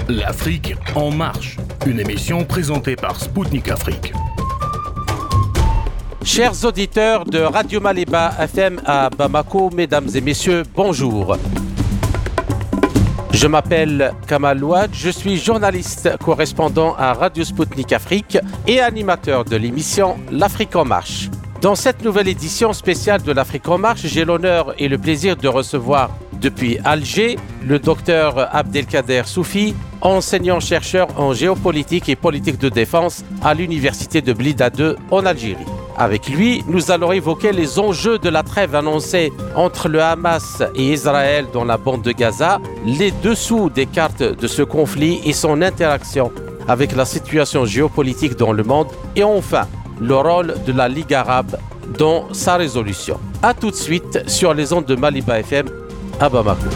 L'Afrique en marche, une émission présentée par Spoutnik Afrique. Chers auditeurs de Radio Maliba FM à Bamako, mesdames et messieurs, bonjour. Je m'appelle Kamal Ouad, je suis journaliste correspondant à Radio Spoutnik Afrique et animateur de l'émission L'Afrique en marche. Dans cette nouvelle édition spéciale de l'Afrique en marche, j'ai l'honneur et le plaisir de recevoir depuis Alger le docteur Abdelkader Soufi, enseignant-chercheur en géopolitique et politique de défense à l'université de Blida II en Algérie. Avec lui, nous allons évoquer les enjeux de la trêve annoncée entre le Hamas et Israël dans la bande de Gaza, les dessous des cartes de ce conflit et son interaction avec la situation géopolitique dans le monde, et enfin, le rôle de la Ligue arabe dans sa résolution. A tout de suite sur les ondes de Maliba FM à Bamako.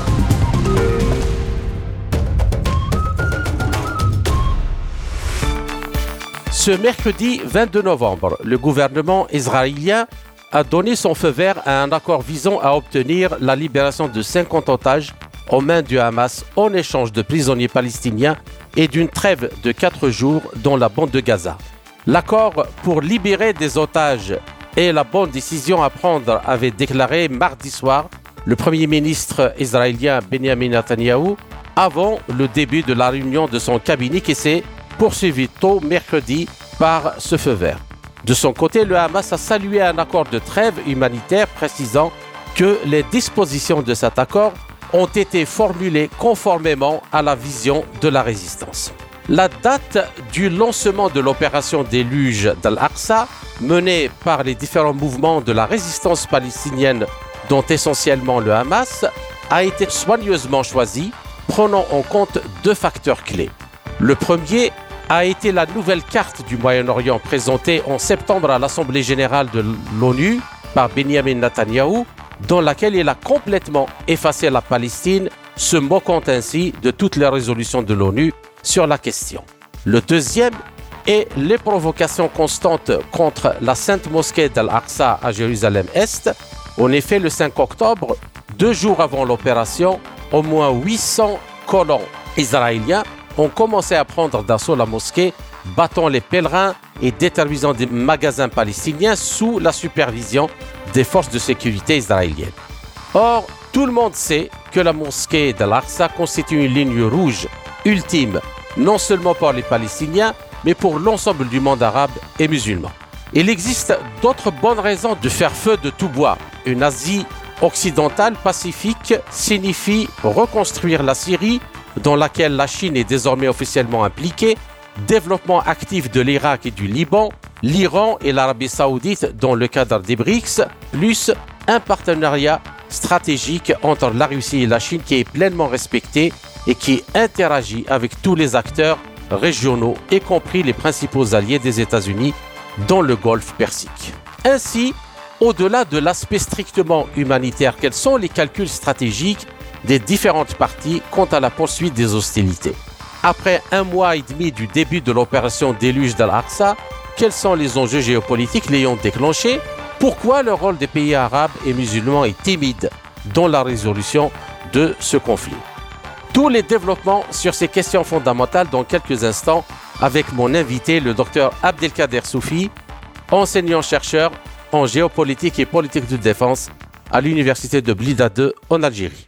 Ce mercredi 22 novembre, le gouvernement israélien a donné son feu vert à un accord visant à obtenir la libération de 50 otages aux mains du Hamas en échange de prisonniers palestiniens et d'une trêve de 4 jours dans la bande de Gaza. L'accord pour libérer des otages est la bonne décision à prendre, avait déclaré mardi soir le Premier ministre israélien Benjamin Netanyahou avant le début de la réunion de son cabinet qui s'est poursuivi tôt mercredi par ce feu vert. De son côté, le Hamas a salué un accord de trêve humanitaire précisant que les dispositions de cet accord ont été formulées conformément à la vision de la résistance. La date du lancement de l'opération déluge d'Al-Aqsa, menée par les différents mouvements de la résistance palestinienne, dont essentiellement le Hamas, a été soigneusement choisie, prenant en compte deux facteurs clés. Le premier a été la nouvelle carte du Moyen-Orient présentée en septembre à l'Assemblée générale de l'ONU par Benjamin Netanyahou, dans laquelle il a complètement effacé la Palestine, se moquant ainsi de toutes les résolutions de l'ONU sur la question. Le deuxième est les provocations constantes contre la Sainte Mosquée d'Al-Aqsa à Jérusalem-Est. En effet, le 5 octobre, 2 jours avant l'opération, au moins 800 colons israéliens ont commencé à prendre d'assaut la mosquée, battant les pèlerins et détruisant des magasins palestiniens sous la supervision des forces de sécurité israéliennes. Or, tout le monde sait que la mosquée d'Al-Aqsa constitue une ligne rouge ultime, non seulement pour les Palestiniens, mais pour l'ensemble du monde arabe et musulman. Il existe d'autres bonnes raisons de faire feu de tout bois. Une Asie occidentale pacifique signifie reconstruire la Syrie, dans laquelle la Chine est désormais officiellement impliquée, développement actif de l'Irak et du Liban, l'Iran et l'Arabie Saoudite dans le cadre des BRICS, plus un partenariat stratégique entre la Russie et la Chine qui est pleinement respecté et qui interagit avec tous les acteurs régionaux, y compris les principaux alliés des États-Unis dans le Golfe Persique. Ainsi, au-delà de l'aspect strictement humanitaire, quels sont les calculs stratégiques des différentes parties quant à la poursuite des hostilités? Après 1 mois et demi du début de l'opération déluge d'Al-Aqsa, quels sont les enjeux géopolitiques l'ayant déclenché? Pourquoi le rôle des pays arabes et musulmans est timide dans la résolution de ce conflit? Tous les développements sur ces questions fondamentales dans quelques instants avec mon invité, le docteur Abdelkader Soufi, enseignant-chercheur en géopolitique et politique de défense à l'université de Blida II en Algérie.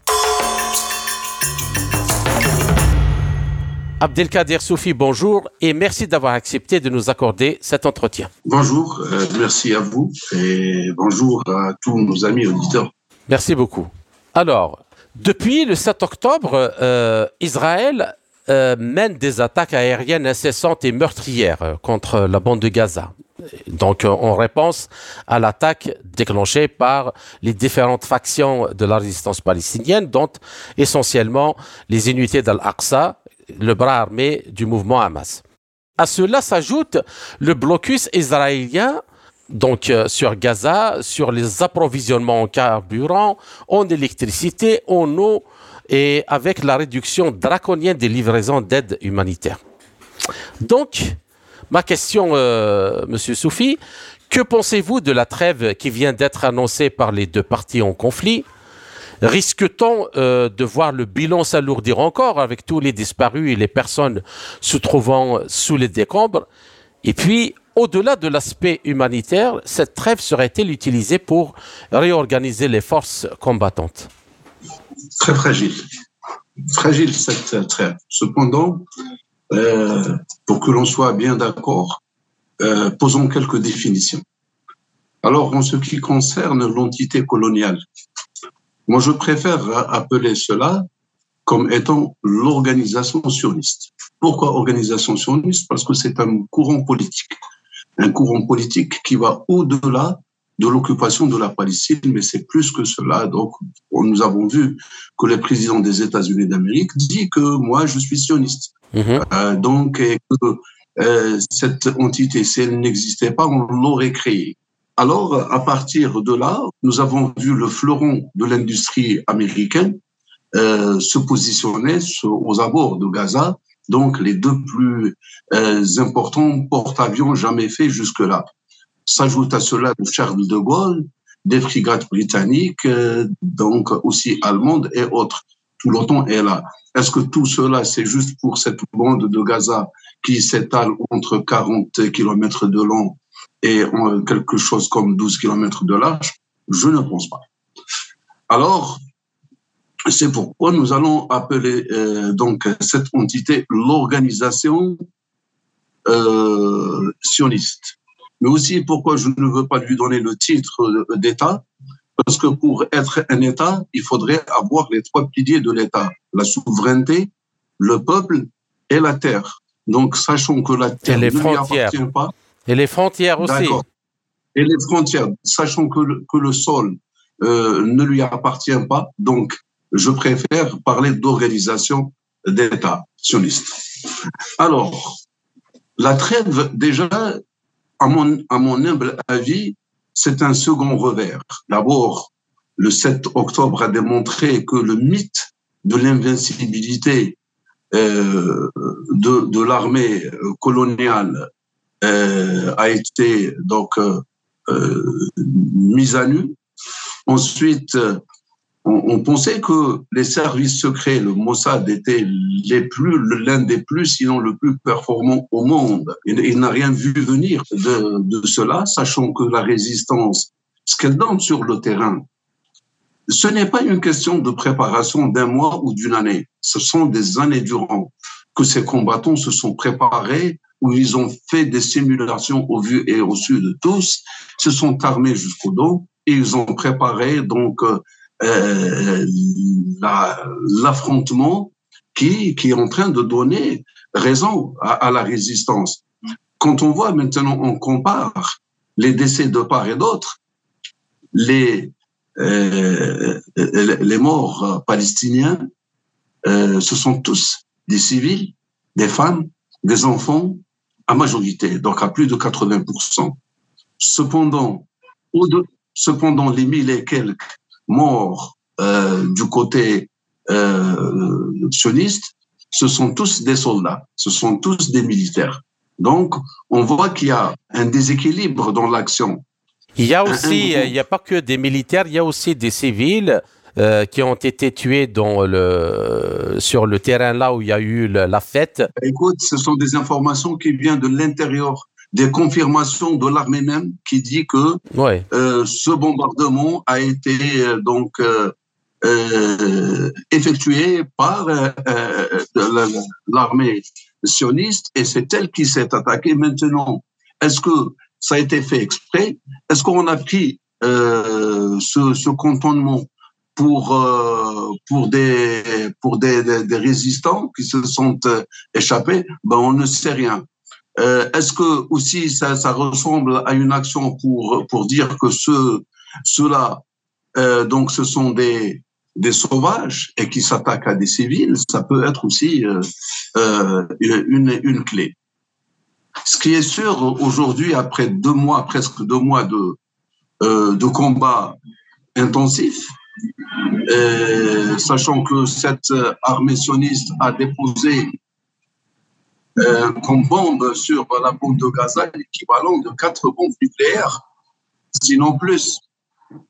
Abdelkader Soufi, bonjour et merci d'avoir accepté de nous accorder cet entretien. Bonjour, merci à vous et bonjour à tous nos amis auditeurs. Merci beaucoup. Alors, depuis le 7 octobre, Israël mène des attaques aériennes incessantes et meurtrières contre la bande de Gaza. Donc, en réponse à l'attaque déclenchée par les différentes factions de la résistance palestinienne, dont essentiellement les unités d'Al-Aqsa, le bras armé du mouvement Hamas. À cela s'ajoute le blocus israélien sur Gaza, sur les approvisionnements en carburant, en électricité, en eau et avec la réduction draconienne des livraisons d'aide humanitaire. Donc, ma question, Monsieur Soufi, que pensez-vous de la trêve qui vient d'être annoncée par les deux parties en conflit? Risque-t-on de voir le bilan s'alourdir encore avec tous les disparus et les personnes se trouvant sous les décombres? Et puis, au-delà de l'aspect humanitaire, cette trêve serait-elle utilisée pour réorganiser les forces combattantes? Très fragile. Fragile cette trêve. Cependant, pour que l'on soit bien d'accord, posons quelques définitions. Alors, en ce qui concerne l'entité coloniale, moi je préfère appeler cela comme étant l'organisation sioniste. Pourquoi organisation sioniste? Parce que c'est un courant politique qui va au-delà de l'occupation de la Palestine, mais c'est plus que cela. Donc, nous avons vu que le président des États-Unis d'Amérique dit que moi, je suis sioniste. Donc, cette entité, si elle n'existait pas, on l'aurait créée. Alors, à partir de là, nous avons vu le fleuron de l'industrie américaine se positionner aux abords de Gaza, donc les deux plus importants porte-avions jamais faits jusque-là. S'ajoute à cela le Charles de Gaulle, des frégates britanniques, donc aussi allemandes et autres. Tout l'OTAN est là. Est-ce que tout cela, c'est juste pour cette bande de Gaza qui s'étale entre 40 km de long et quelque chose comme 12 km de large? Je ne pense pas. Alors, c'est pourquoi nous allons appeler donc cette entité l'organisation sioniste. Mais aussi pourquoi je ne veux pas lui donner le titre d'État, parce que pour être un État, il faudrait avoir les trois piliers de l'État: la souveraineté, le peuple et la terre. Donc, sachant que la terre ne lui appartient pas. Et les frontières aussi. D'accord. Et les frontières, sachant que le sol ne lui appartient pas, donc je préfère parler d'organisation d'État sioniste. Alors, la trêve, déjà, à mon humble avis, c'est un second revers. D'abord, le 7 octobre a démontré que le mythe de l'invincibilité de l'armée coloniale a été donc mise à nu. Ensuite, on pensait que les services secrets, le Mossad, était l'un des plus, sinon le plus performant au monde. Il n'a rien vu venir de cela, sachant que la résistance, ce qu'elle donne sur le terrain, ce n'est pas une question de préparation d'un mois ou d'une année. Ce sont des années durant que ces combattants se sont préparés, où ils ont fait des simulations au vu et au su de tous, se sont armés jusqu'au dos, et ils ont préparé donc l'affrontement qui est en train de donner raison à la résistance. Quand on voit maintenant, on compare les décès de part et d'autre, les morts palestiniens, ce sont tous des civils, des femmes, des enfants, à majorité, donc à plus de 80%. Cependant, les 1000 et quelques morts du côté sioniste, ce sont tous des soldats, ce sont tous des militaires. Donc, on voit qu'il y a un déséquilibre dans l'action. Il y a aussi, il n'y a pas que des militaires, il y a aussi des civils qui ont été tués sur le terrain là où il y a eu la fête. Écoute, ce sont des informations qui viennent de l'intérieur, des confirmations de l'armée même qui dit que ce bombardement a été donc effectué par l'armée sioniste et c'est elle qui s'est attaquée. Maintenant, est-ce que ça a été fait exprès? Est-ce qu'on a pris ce cantonnement pour des résistants qui se sont échappés? Ben, on ne sait rien. Est-ce que aussi ça ressemble à une action pour dire que ceux-là donc ce sont des sauvages et qui s'attaquent à des civils? Ça peut être aussi une clé. Ce qui est sûr aujourd'hui, après presque deux mois de combat intensif, sachant que cette armée sioniste a déposé comme bombe sur la bande de Gaza l'équivalent de 4 bombes nucléaires, sinon plus.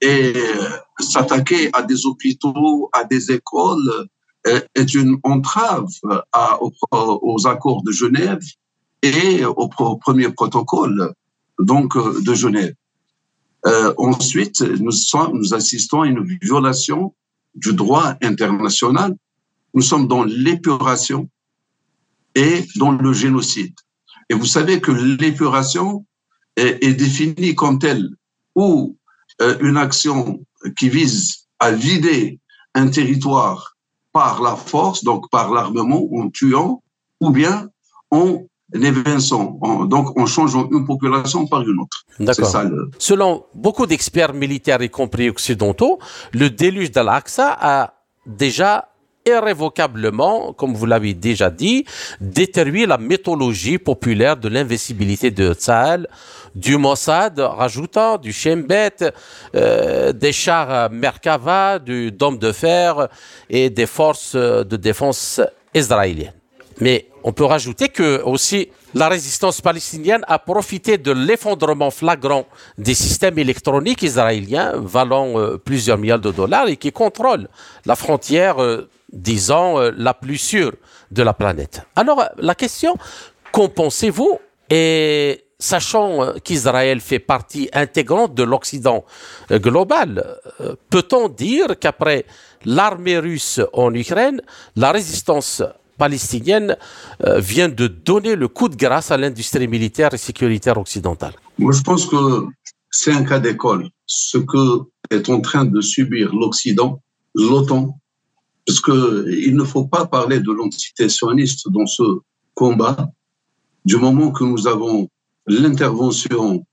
Et s'attaquer à des hôpitaux, à des écoles, est une entrave aux accords de Genève et au premier protocole donc, de Genève. Ensuite, nous assistons à une violation du droit international. Nous sommes dans l'épuration et dans le génocide. Et vous savez que l'épuration est définie comme telle ou une action qui vise à vider un territoire par la force, donc par l'armement, en tuant, ou bien en évinçant, donc en changeant une population par une autre. D'accord. C'est ça Selon beaucoup d'experts militaires, y compris occidentaux, le déluge d'Al-Aqsa a déjà irrévocablement, comme vous l'avez déjà dit, détruit la mythologie populaire de l'invincibilité de Tsahal, du Mossad, rajoutant du Shin Bet, des chars Merkava, du Dôme de Fer et des forces de défense israéliennes. Mais on peut rajouter que aussi la résistance palestinienne a profité de l'effondrement flagrant des systèmes électroniques israéliens valant plusieurs milliards de dollars et qui contrôlent la frontière, disons, la plus sûre de la planète. Alors, la question, qu'en pensez-vous? Et sachant qu'Israël fait partie intégrante de l'Occident global, peut-on dire qu'après l'armée russe en Ukraine, la résistance palestinienne vient de donner le coup de grâce à l'industrie militaire et sécuritaire occidentale? Moi, je pense que c'est un cas d'école. Ce que est en train de subir l'Occident, l'OTAN, parce qu'il ne faut pas parler de l'entité sioniste dans ce combat, du moment que nous avons l'intervention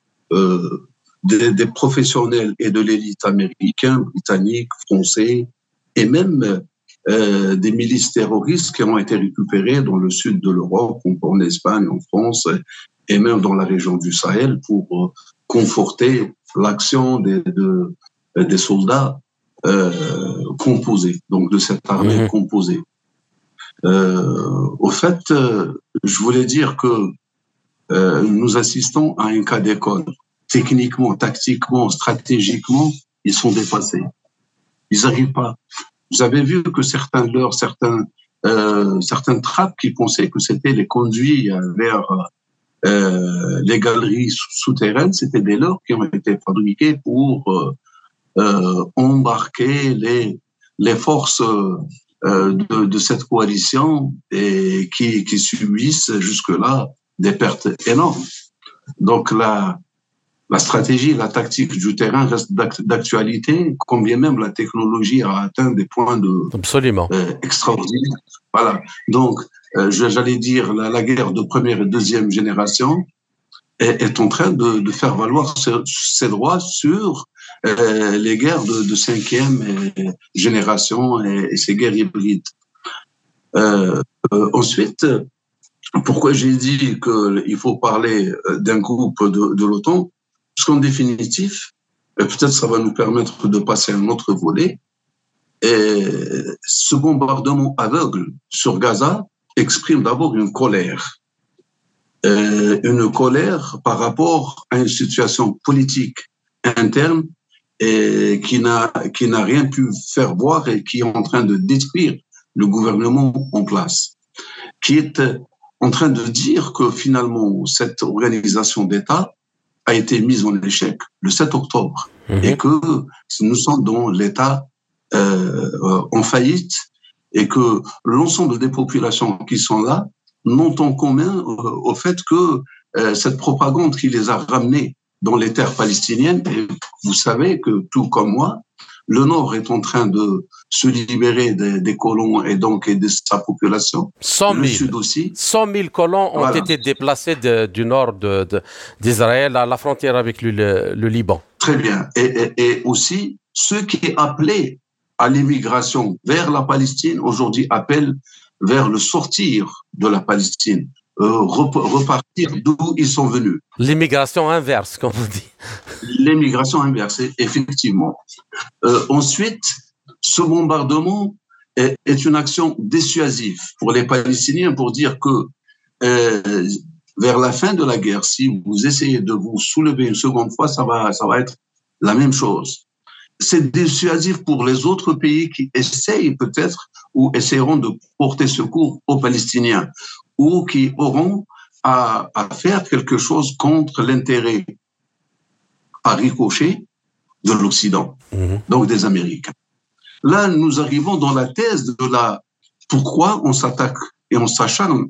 des professionnels et de l'élite américaine, britannique, français, et même des milices terroristes qui ont été récupérées dans le sud de l'Europe, en Espagne, en France, et même dans la région du Sahel, pour conforter l'action des soldats composés, donc de cette armée composée. Au fait, je voulais dire que nous assistons à un cas d'école. Techniquement, tactiquement, stratégiquement, ils sont dépassés. Ils n'arrivent pas. Vous avez vu que certaines trappes qui pensaient que c'était les conduits vers les galeries souterraines, c'était des leurres qui ont été fabriqués pour embarquer les forces de cette coalition et qui subissent jusque-là des pertes énormes. Donc la stratégie, la tactique du terrain reste d'actualité, combien même la technologie a atteint des points extraordinaires. Voilà. Donc, j'allais dire, la guerre de première et deuxième génération est en train de faire valoir ses droits sur les guerres de cinquième génération et ces guerres hybrides. Ensuite, pourquoi j'ai dit qu'il faut parler d'un groupe de l'OTAN? Parce qu'en définitif, peut-être ça va nous permettre de passer à un autre volet. Et ce bombardement aveugle sur Gaza exprime d'abord une colère. Une colère par rapport à une situation politique interne et qui n'a rien pu faire voir et qui est en train de détruire le gouvernement en place, qui est en train de dire que finalement cette organisation d'État a été mise en échec le 7 octobre et que nous sommes dans l'État en faillite et que l'ensemble des populations qui sont là n'ont en commun au fait que cette propagande qui les a ramenés dans les terres palestiniennes, et vous savez que tout comme moi, le Nord est en train de se libérer des colons et donc de sa population. 100 000. Le Sud aussi. 100 000 colons ont été déplacés du nord d'Israël à la frontière avec le Liban. Très bien. Et aussi, ceux qui appelaient à l'immigration vers la Palestine, aujourd'hui appellent vers le sortir de la Palestine, repartir d'où ils sont venus. L'immigration inverse, comme on dit. L'immigration inverse, effectivement. Ensuite, ce bombardement est une action dissuasive pour les Palestiniens pour dire que vers la fin de la guerre, si vous essayez de vous soulever une seconde fois, ça va être la même chose. c'est dissuasif pour les autres pays qui essayent peut-être ou essaieront de porter secours aux Palestiniens ou qui auront à faire quelque chose contre l'intérêt à ricochet de l'Occident, donc des Américains. Là, nous arrivons dans la thèse de pourquoi on s'attaque et on s'acharne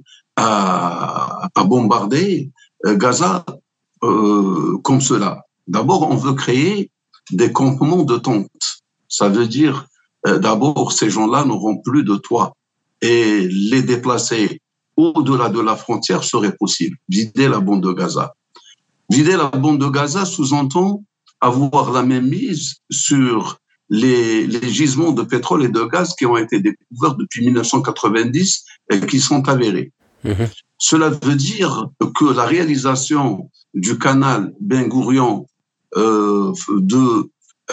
à bombarder Gaza comme cela. D'abord, on veut créer des campements de tentes. Ça veut dire, d'abord, ces gens-là n'auront plus de toit et les déplacer au-delà de la frontière serait possible. Vider la bande de Gaza. Vider la bande de Gaza sous-entend avoir la même mise sur les gisements de pétrole et de gaz qui ont été découverts depuis 1990 et qui sont avérés. Cela veut dire que la réalisation du canal Ben Gourion de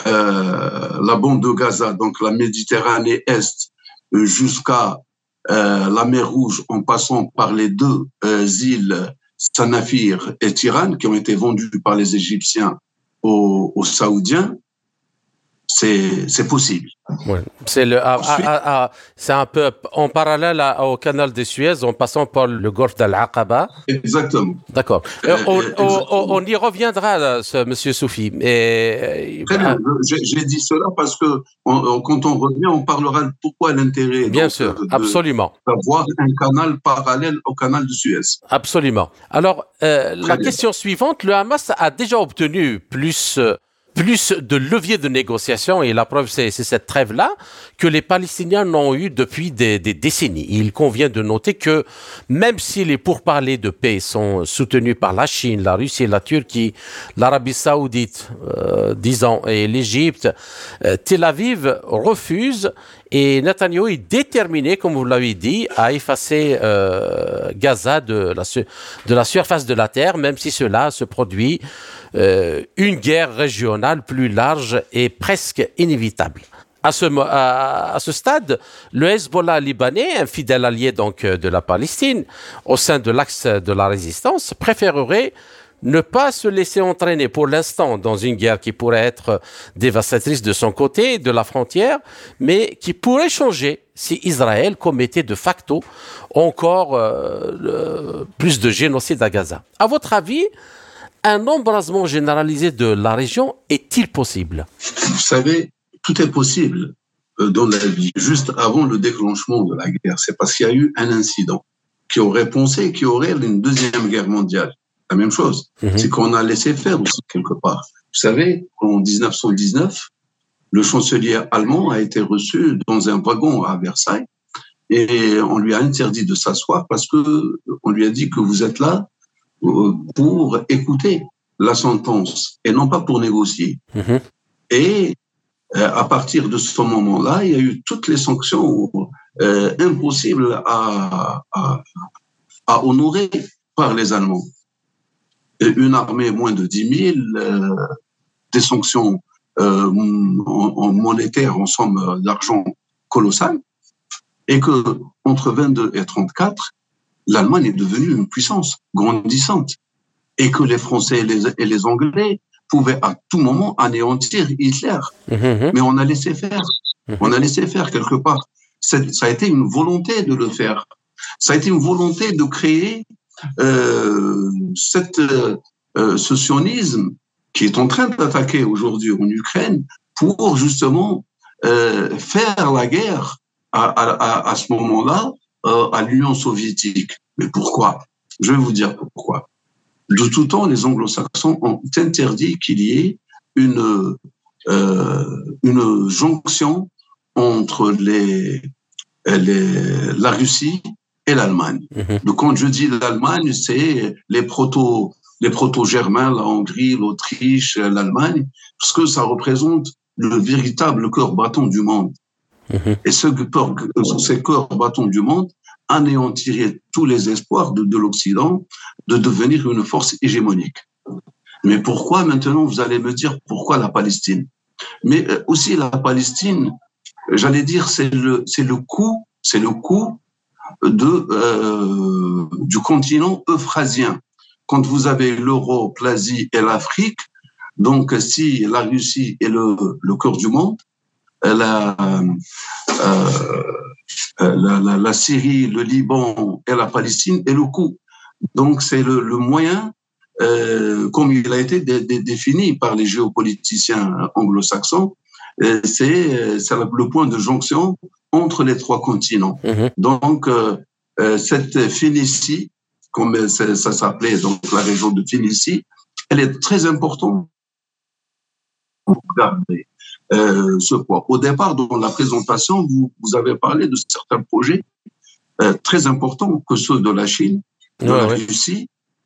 la bande de Gaza, donc la Méditerranée Est, jusqu'à la mer Rouge, en passant par les deux îles Sanafir et Tiran, qui ont été vendues par les Égyptiens aux Saoudiens, c'est possible. Ouais. C'est un peu en parallèle au canal de Suez, en passant par le golfe d'Al-Aqaba. Exactement. D'accord. On y reviendra, là, monsieur Soufi. Très bien. J'ai dit cela parce que quand on revient, on parlera de pourquoi l'intérêt. Bien sûr, absolument. D'avoir un canal parallèle au canal de Suez. Absolument. Alors, la question suivante, le Hamas a déjà obtenu plus de leviers de négociation, et la preuve, c'est cette trêve-là, que les Palestiniens n'ont eu depuis des décennies. Il convient de noter que même si les pourparlers de paix sont soutenus par la Chine, la Russie, la Turquie, l'Arabie Saoudite, disons, et l'Égypte, Tel Aviv refuse, et Netanyahou est déterminé, comme vous l'avez dit, à effacer Gaza de la surface de la terre, même si cela se produit une guerre régionale plus large et presque inévitable. À ce stade, le Hezbollah libanais, un fidèle allié donc de la Palestine, au sein de l'axe de la résistance, préférerait ne pas se laisser entraîner pour l'instant dans une guerre qui pourrait être dévastatrice de son côté, de la frontière, mais qui pourrait changer si Israël commettait de facto encore plus de génocide à Gaza. À votre avis, un embrasement généralisé de la région est-il possible? Vous savez, tout est possible dans la vie. Juste avant le déclenchement de la guerre, c'est parce qu'il y a eu un incident qui aurait pensé qu'il y aurait une deuxième guerre mondiale. La même chose, c'est qu'on a laissé faire aussi quelque part. Vous savez, en 1919, le chancelier allemand a été reçu dans un wagon à Versailles et on lui a interdit de s'asseoir parce qu'on lui a dit que vous êtes là pour écouter la sentence et non pas pour négocier. Et à partir de ce moment-là, il y a eu toutes les sanctions impossibles à honorer par les Allemands. Une armée moins de 10 000, des sanctions en monétaire, en somme d'argent colossale, et que entre 22 et 34, l'Allemagne est devenue une puissance grandissante et que les Français et les Anglais pouvaient à tout moment anéantir Hitler. Mais on a laissé faire. On a laissé faire quelque part. Ça a été une volonté de le faire. Ça a été une volonté de créer ce sionisme qui est en train d'attaquer aujourd'hui en Ukraine pour justement faire la guerre à ce moment-là à l'Union soviétique. Mais pourquoi? Je vais vous dire pourquoi. De tout temps, les anglo-saxons ont interdit qu'il y ait une jonction entre la Russie et l'Allemagne. Donc, quand je dis l'Allemagne, c'est les proto-germains, la Hongrie, l'Autriche, l'Allemagne, parce que ça représente le véritable cœur battant du monde. Et ces cœurs battants du monde anéantiraient tous les espoirs de l'Occident de devenir une force hégémonique. Mais pourquoi maintenant, vous allez me dire, pourquoi la Palestine? Mais aussi la Palestine, j'allais dire, c'est le coût du continent euphrasien. Quand vous avez l'Europe, l'Asie et l'Afrique, Donc, si la Russie est le cœur du monde, la, la Syrie, le Liban et la Palestine est le cou. Donc, c'est le moyen, comme il a été défini par les géopoliticiens anglo-saxons, c'est le point de jonction entre les trois continents. Donc, cette Phénicie, comme ça s'appelait, donc la région de Phénicie, elle est très importante pour garder ce poids. Au départ, dans la présentation, vous avez parlé de certains projets très importants que ceux de la Chine, de la Russie,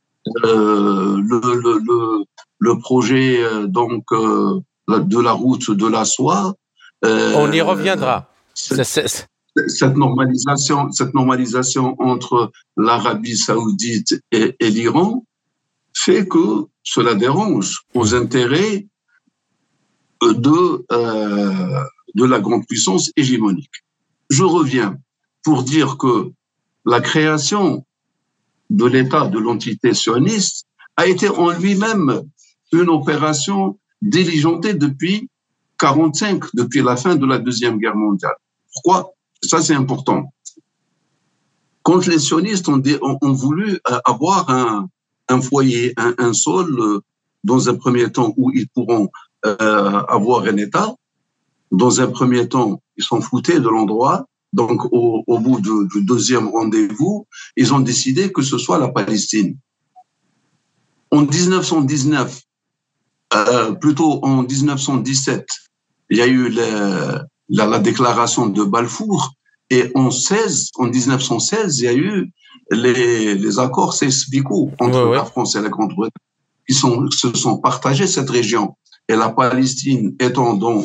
le projet donc de la route de la soie. On y reviendra. Cette normalisation entre l'Arabie saoudite et l'Iran fait que cela dérange aux intérêts de la grande puissance hégémonique. Je reviens pour dire que la création de l'État, de l'entité sioniste, a été en lui-même une opération diligentée depuis 1945, depuis la fin de la Deuxième Guerre mondiale. Pourquoi ? Ça, c'est important. Quand les sionistes ont voulu avoir un foyer, un sol, dans un premier temps où ils pourront avoir un État, dans un premier temps, ils s'en foutaient de l'endroit. Donc, au bout du deuxième rendez-vous, ils ont décidé que ce soit la Palestine. En 1919, plutôt en 1917, il y a eu la déclaration de Balfour, et en 1916, il y a eu les accords Sykes-Picot entre la France et la Grande-Bretagne, qui se sont partagés cette région. Et la Palestine étant dans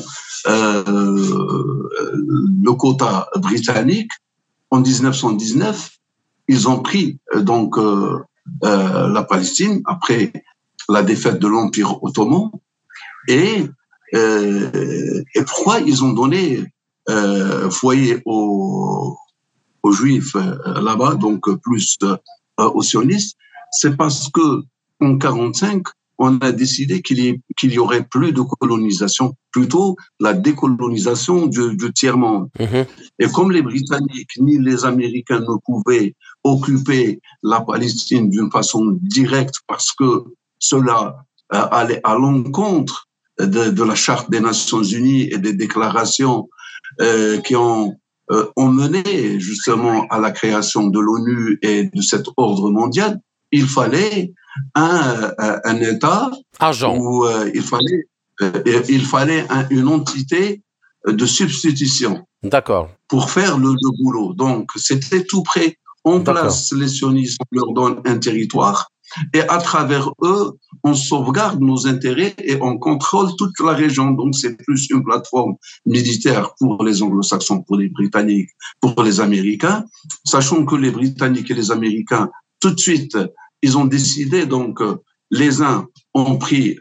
le quota britannique, en 1919, ils ont pris donc la Palestine après la défaite de l'Empire ottoman. Et pourquoi ils ont donné foyer aux Juifs là-bas, donc plus aux sionistes? C'est parce que en 1945, on a décidé qu'il y aurait plus de colonisation, plutôt la décolonisation du tiers-monde. Et comme les Britanniques ni les Américains ne pouvaient occuper la Palestine d'une façon directe parce que cela allait à l'encontre de la Charte des Nations Unies et des déclarations qui ont mené justement à la création de l'ONU et de cet ordre mondial, il fallait un État où il fallait une entité de substitution. D'accord. Pour faire le boulot. Donc, c'était tout prêt. On place les sionistes, on leur donne un territoire et à travers eux, on sauvegarde nos intérêts et on contrôle toute la région. Donc, c'est plus une plateforme militaire pour les anglo-saxons, pour les Britanniques, pour les Américains, sachant que les Britanniques et les Américains, tout de suite, ils ont décidé, donc, les uns ont pris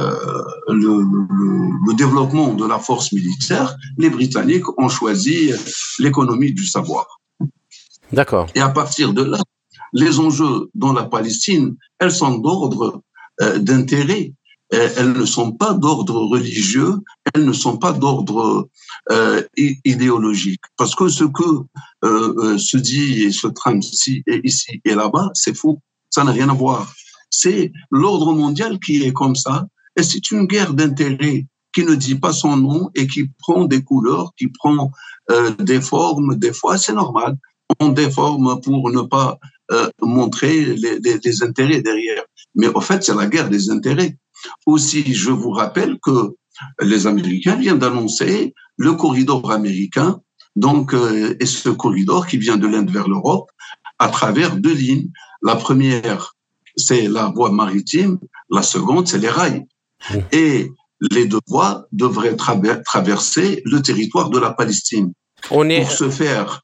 le développement de la force militaire, les Britanniques ont choisi l'économie du savoir. D'accord. Et à partir de là, les enjeux dans la Palestine, elles sont d'ordre d'intérêt. Elles ne sont pas d'ordre religieux, elles ne sont pas d'ordre idéologique. Parce que ce que se dit et se trame ici et là-bas, c'est faux. Ça n'a rien à voir. C'est l'ordre mondial qui est comme ça. Et c'est une guerre d'intérêt qui ne dit pas son nom et qui prend des couleurs, qui prend des formes. Des fois, c'est normal. On déforme pour ne pas montrer les intérêts derrière. Mais au fait, c'est la guerre des intérêts. Aussi, je vous rappelle que les Américains viennent d'annoncer le corridor américain, donc, et ce corridor qui vient de l'Inde vers l'Europe, à travers deux lignes. La première, c'est la voie maritime, la seconde, c'est les rails. Et les deux voies devraient traverser le territoire de la Palestine. Pour ce faire,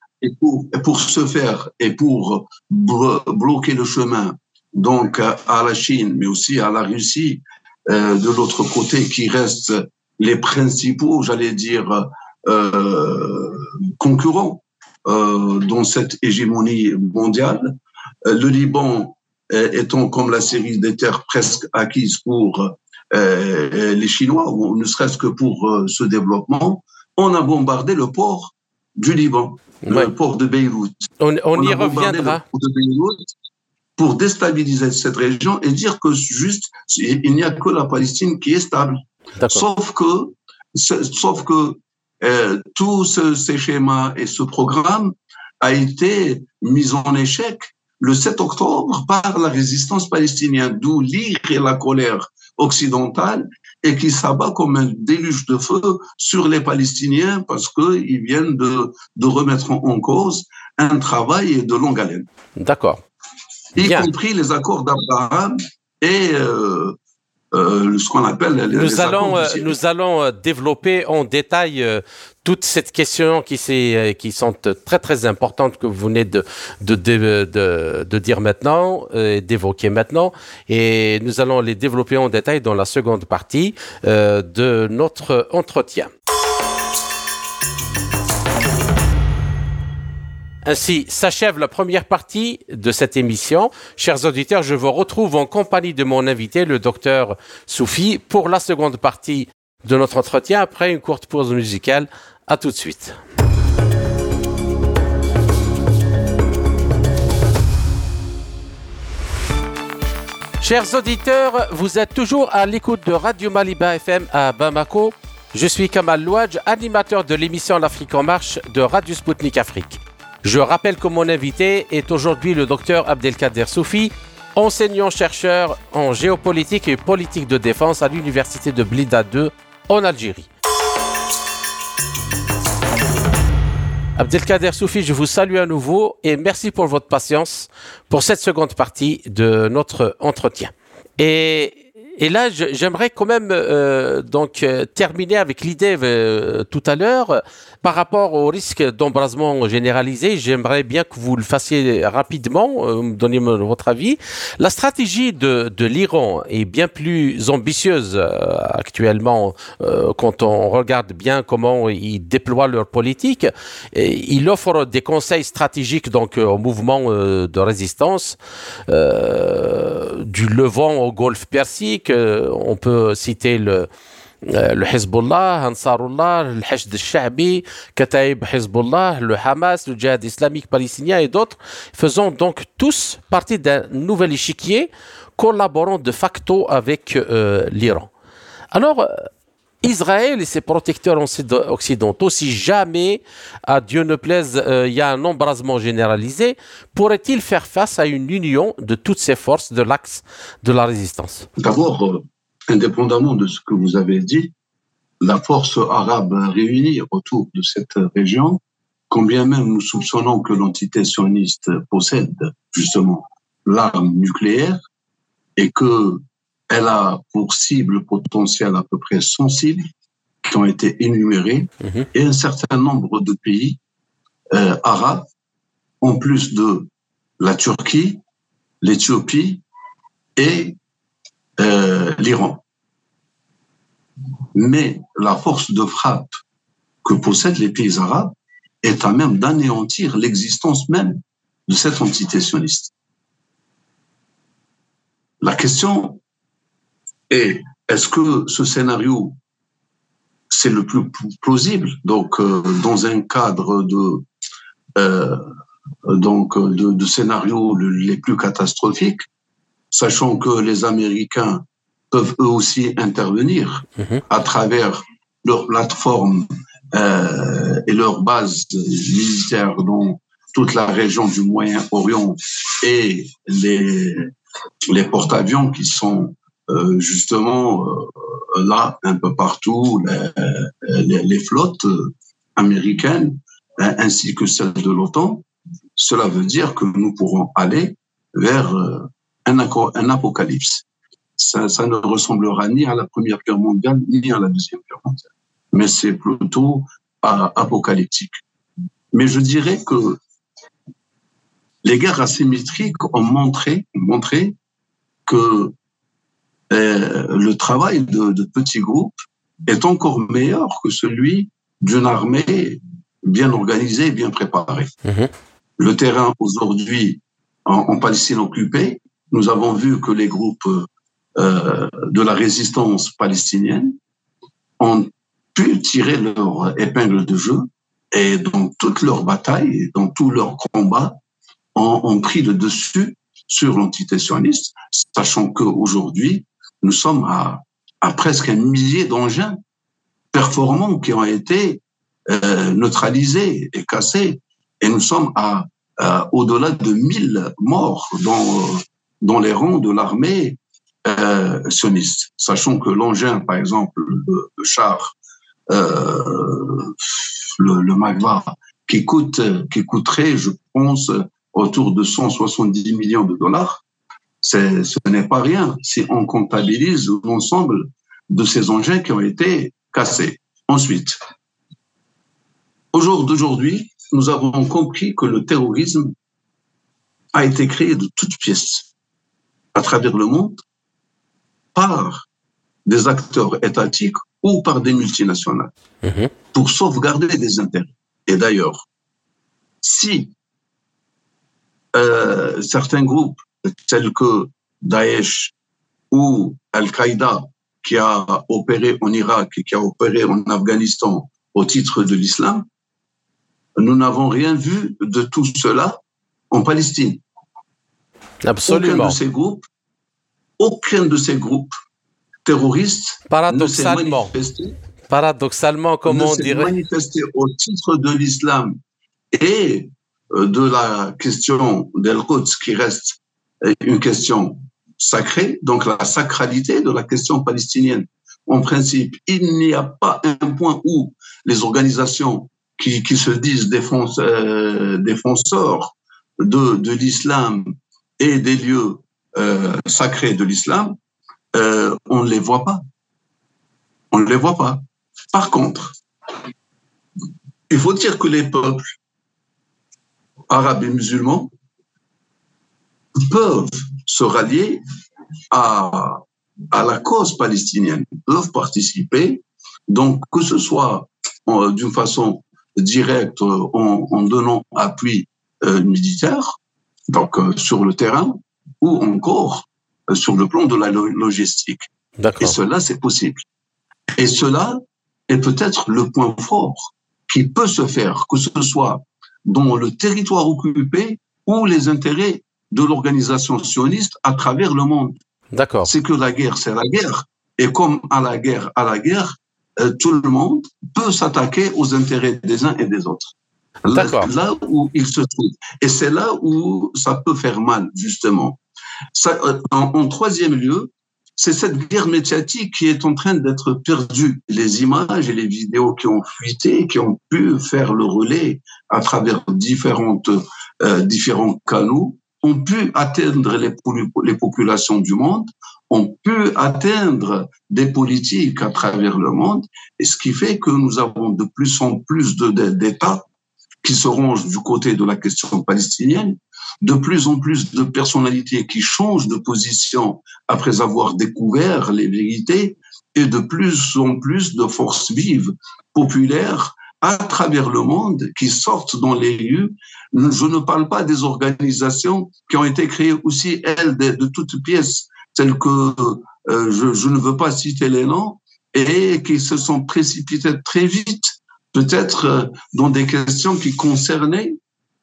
et pour bloquer le chemin, donc à la Chine, mais aussi à la Russie, de l'autre côté, qui restent les principaux, j'allais dire, concurrents dans cette hégémonie mondiale. Le Liban étant comme la série des terres presque acquises pour les Chinois, ou ne serait-ce que pour ce développement, on a bombardé le port du Liban, le port de Beyrouth. On y reviendra. Le port de Beyrouth pour déstabiliser cette région et dire que juste, il n'y a que la Palestine qui est stable. Sauf que tous ces schémas et ce programme a été mis en échec le 7 octobre par la résistance palestinienne, d'où l'ire et la colère occidentale et qui s'abat comme un déluge de feu sur les Palestiniens parce qu'ils viennent de remettre en cause un travail de longue haleine. D'accord. Y compris les accords d'Abraham et ce qu'on appelle les accords du ciel. Nous allons développer en détail toute cette question qui sont très très importantes que vous venez de dire maintenant, d'évoquer maintenant, et nous allons les développer en détail dans la seconde partie de notre entretien. Ainsi s'achève la première partie de cette émission. Chers auditeurs, je vous retrouve en compagnie de mon invité, le docteur Soufi, pour la seconde partie de notre entretien, après une courte pause musicale. À tout de suite. Chers auditeurs, vous êtes toujours à l'écoute de Radio Maliba FM à Bamako. Je suis Kamal Louadj, animateur de l'émission L'Afrique en marche de Radio Sputnik Afrique. Je rappelle que mon invité est aujourd'hui le docteur Abdelkader Soufi, enseignant-chercheur en géopolitique et politique de défense à l'université de Blida 2 en Algérie. Abdelkader Soufi, je vous salue à nouveau et merci pour votre patience pour cette seconde partie de notre entretien. Et là, j'aimerais quand même terminer avec l'idée tout à l'heure par rapport au risque d'embrasement généralisé. J'aimerais bien que vous le fassiez rapidement, me donniez votre avis. La stratégie de l'Iran est bien plus ambitieuse actuellement quand on regarde bien comment ils déploient leur politique. Et il offre des conseils stratégiques donc au mouvement de résistance du Levant au Golfe Persique. On peut citer le Hezbollah, Ansarullah, le Hashd al-Sha'bi, Kataib Hezbollah, le Hamas, le Djihad islamique palestinien et d'autres, faisant donc tous partie d'un nouvel échiquier collaborant de facto avec l'Iran. Alors, Israël et ses protecteurs occidentaux, si jamais, à Dieu ne plaise, il y a un embrasement généralisé, pourrait-il faire face à une union de toutes ces forces de l'axe de la résistance? D'abord, indépendamment de ce que vous avez dit, la force arabe réunie autour de cette région, combien même nous soupçonnons que l'entité sioniste possède justement l'arme nucléaire et que elle a pour cible potentielle à peu près 100 cibles qui ont été énumérées et un certain nombre de pays arabes, en plus de la Turquie, l'Éthiopie et l'Iran. Mais la force de frappe que possèdent les pays arabes est à même d'anéantir l'existence même de cette entité sioniste. La question est, est-ce que ce scénario, c'est le plus plausible, donc dans un cadre de scénarios les plus catastrophiques, sachant que les Américains peuvent eux aussi intervenir à travers leur plateforme et leur base militaire dans toute la région du Moyen-Orient et les porte-avions qui sont justement là un peu partout, les flottes américaines ainsi que celles de l'OTAN. Cela veut dire que nous pourrons aller vers un apocalypse. Ça ne ressemblera ni à la Première Guerre mondiale ni à la Deuxième Guerre mondiale, mais c'est plutôt apocalyptique. Mais je dirais que les guerres asymétriques ont montré que le travail de petits groupes est encore meilleur que celui d'une armée bien organisée et bien préparée. Le terrain aujourd'hui en Palestine occupée, nous avons vu que les groupes de la résistance palestinienne ont pu tirer leur épingle de jeu et dans toutes leurs batailles, dans tous leurs combats, ont pris le dessus sur l'entité sioniste, sachant qu'aujourd'hui, nous sommes à presque 1 millier d'engins performants qui ont été neutralisés et cassés. Et nous sommes à au-delà de 1000 morts dans les rangs de l'armée sioniste. Sachant que l'engin, par exemple, le char, le Magva, qui coûterait, je pense, autour de 170 millions de dollars, ce n'est pas rien si on comptabilise l'ensemble de ces engins qui ont été cassés. Ensuite, au jour d'aujourd'hui, nous avons compris que le terrorisme a été créé de toutes pièces à travers le monde par des acteurs étatiques ou par des multinationales pour sauvegarder des intérêts. Et d'ailleurs, si certains groupes tels que Daesh ou Al-Qaïda, qui a opéré en Irak et qui a opéré en Afghanistan au titre de l'islam, nous n'avons rien vu de tout cela en Palestine. Absolument. Aucun de ces groupes terroristes ne s'est manifesté. Paradoxalement, comme on dirait, manifesté au titre de l'islam et de la question d'El-Quds, qui reste une question sacrée, donc la sacralité de la question palestinienne. En principe, il n'y a pas un point où les organisations qui se disent défenseurs de l'islam et des lieux sacrés de l'islam, on ne les voit pas. On ne les voit pas. Par contre, il faut dire que les peuples arabes et musulmans peuvent se rallier à la cause palestinienne, peuvent participer, donc que ce soit d'une façon directe en donnant appui militaire, donc sur le terrain, ou encore sur le plan de la logistique. D'accord. Et cela, c'est possible. Et cela est peut-être le point fort qui peut se faire, que ce soit dans le territoire occupé ou les intérêts de l'organisation sioniste à travers le monde. D'accord. C'est que la guerre, c'est la guerre. Et comme à la guerre, tout le monde peut s'attaquer aux intérêts des uns et des autres. Là où il se trouve. Et c'est là où ça peut faire mal, justement. Ça, en troisième lieu, c'est cette guerre médiatique qui est en train d'être perdue. Les images et les vidéos qui ont fuité, qui ont pu faire le relais à travers différents canaux, ont pu atteindre les populations du monde, ont pu atteindre des politiques à travers le monde, et ce qui fait que nous avons de plus en plus d'États qui se rangent du côté de la question palestinienne, de plus en plus de personnalités qui changent de position après avoir découvert les vérités, et de plus en plus de forces vives, populaires, à travers le monde, qui sortent dans les lieux. Je ne parle pas des organisations qui ont été créées aussi, elles, de toutes pièces, telles que, je ne veux pas citer les noms, et qui se sont précipitées très vite, peut-être dans des questions qui concernaient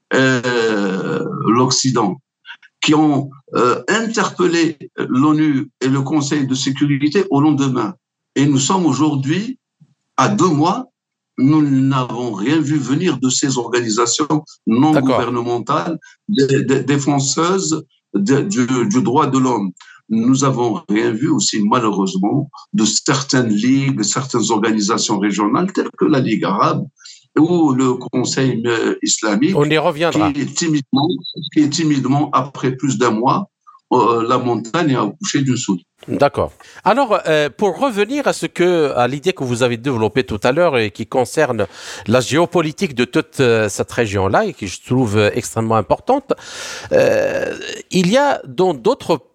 l'Occident, qui ont interpellé l'ONU et le Conseil de sécurité au lendemain. Et nous sommes aujourd'hui à 2 mois. Nous n'avons rien vu venir de ces organisations non gouvernementales, défenseuses du droit de l'homme. Nous n'avons rien vu aussi, malheureusement, de certaines ligues, certaines organisations régionales, telles que la Ligue arabe ou le Conseil islamique. On y reviendra. Qui est timidement, après plus d'1 mois, la montagne a accouché d'une souris. D'accord. Alors, pour revenir à l'idée que vous avez développée tout à l'heure et qui concerne la géopolitique de toute cette région-là et qui je trouve extrêmement importante, il y a dans d'autres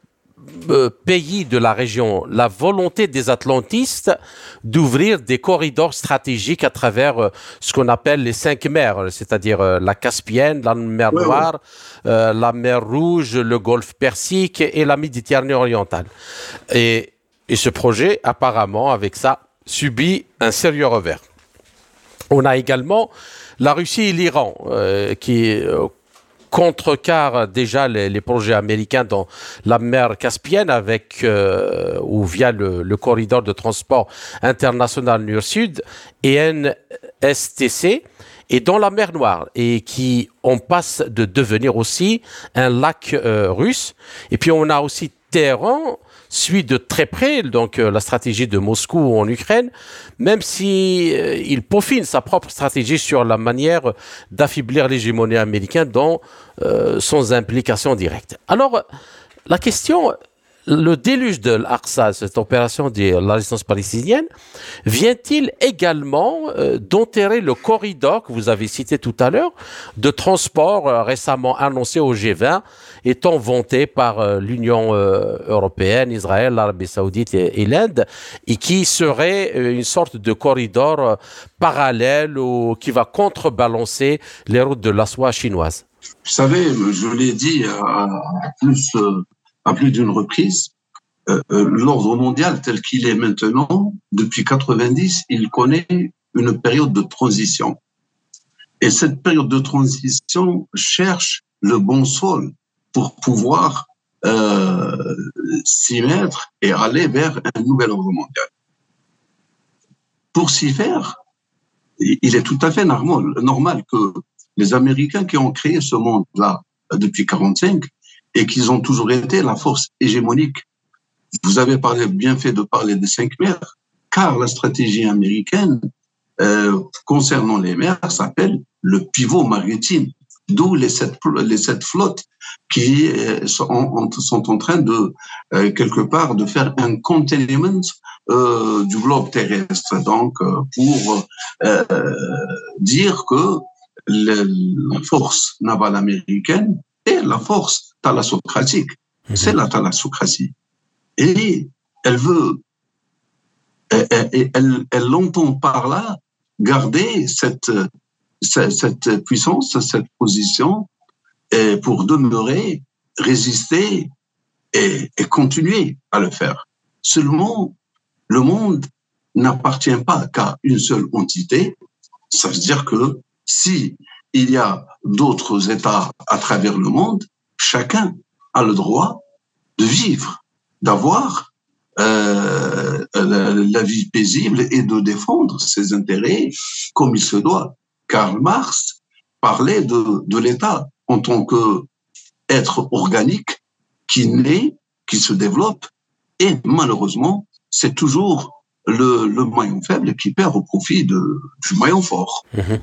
pays de la région la volonté des atlantistes d'ouvrir des corridors stratégiques à travers ce qu'on appelle les 5 mers, c'est-à-dire la Caspienne, la mer Noire, la mer Rouge, le Golfe Persique et la Méditerranée orientale. Et ce projet, apparemment, avec ça, subit un sérieux revers. On a également la Russie et l'Iran qui contrecarrent déjà les projets américains dans la mer Caspienne avec ou via le corridor de transport international Nord-Sud et NSTC et dans la mer Noire et qui on passe de devenir aussi un lac russe. Et puis on a aussi Téhéran suit de très près donc la stratégie de Moscou en Ukraine, même si il peaufine sa propre stratégie sur la manière d'affaiblir l'hégémonie américaine sans implication directe. Alors, la question, le déluge de l'Aqsa, cette opération de la résistance palestinienne, vient-il également d'enterrer le corridor que vous avez cité tout à l'heure de transport récemment annoncé au G20, étant vanté par l'Union européenne, Israël, l'Arabie saoudite et l'Inde, et qui serait une sorte de corridor parallèle qui va contrebalancer les routes de la soie chinoise? Vous savez, je l'ai dit à plus d'une reprise, l'ordre mondial tel qu'il est maintenant, depuis 90, il connaît une période de transition. Et cette période de transition cherche le bon sol pour pouvoir s'y mettre et aller vers un nouvel ordre mondial. Pour s'y faire, il est tout à fait normal que les Américains qui ont créé ce monde-là depuis 1945 et qu'ils ont toujours été la force hégémonique. Vous avez bien fait de parler des 5 mers, car la stratégie américaine concernant les mers s'appelle le pivot maritime, d'où les sept flottes qui sont en train de, quelque part, de faire un containment du globe terrestre. Donc, pour dire que la force navale américaine est la force thalassocratique. C'est la thalassocratie. Et elle veut, elle entend par là garder cette puissance, cette position, et pour demeurer, résister et continuer à le faire. Seulement, le monde n'appartient pas qu'à une seule entité. Ça veut dire que si il y a d'autres États à travers le monde, chacun a le droit de vivre, d'avoir la vie paisible et de défendre ses intérêts comme il se doit. Karl Marx parlait de l'État en tant qu'être organique qui naît, qui se développe, et malheureusement, c'est toujours le maillon faible qui perd au profit du maillon fort. Mmh.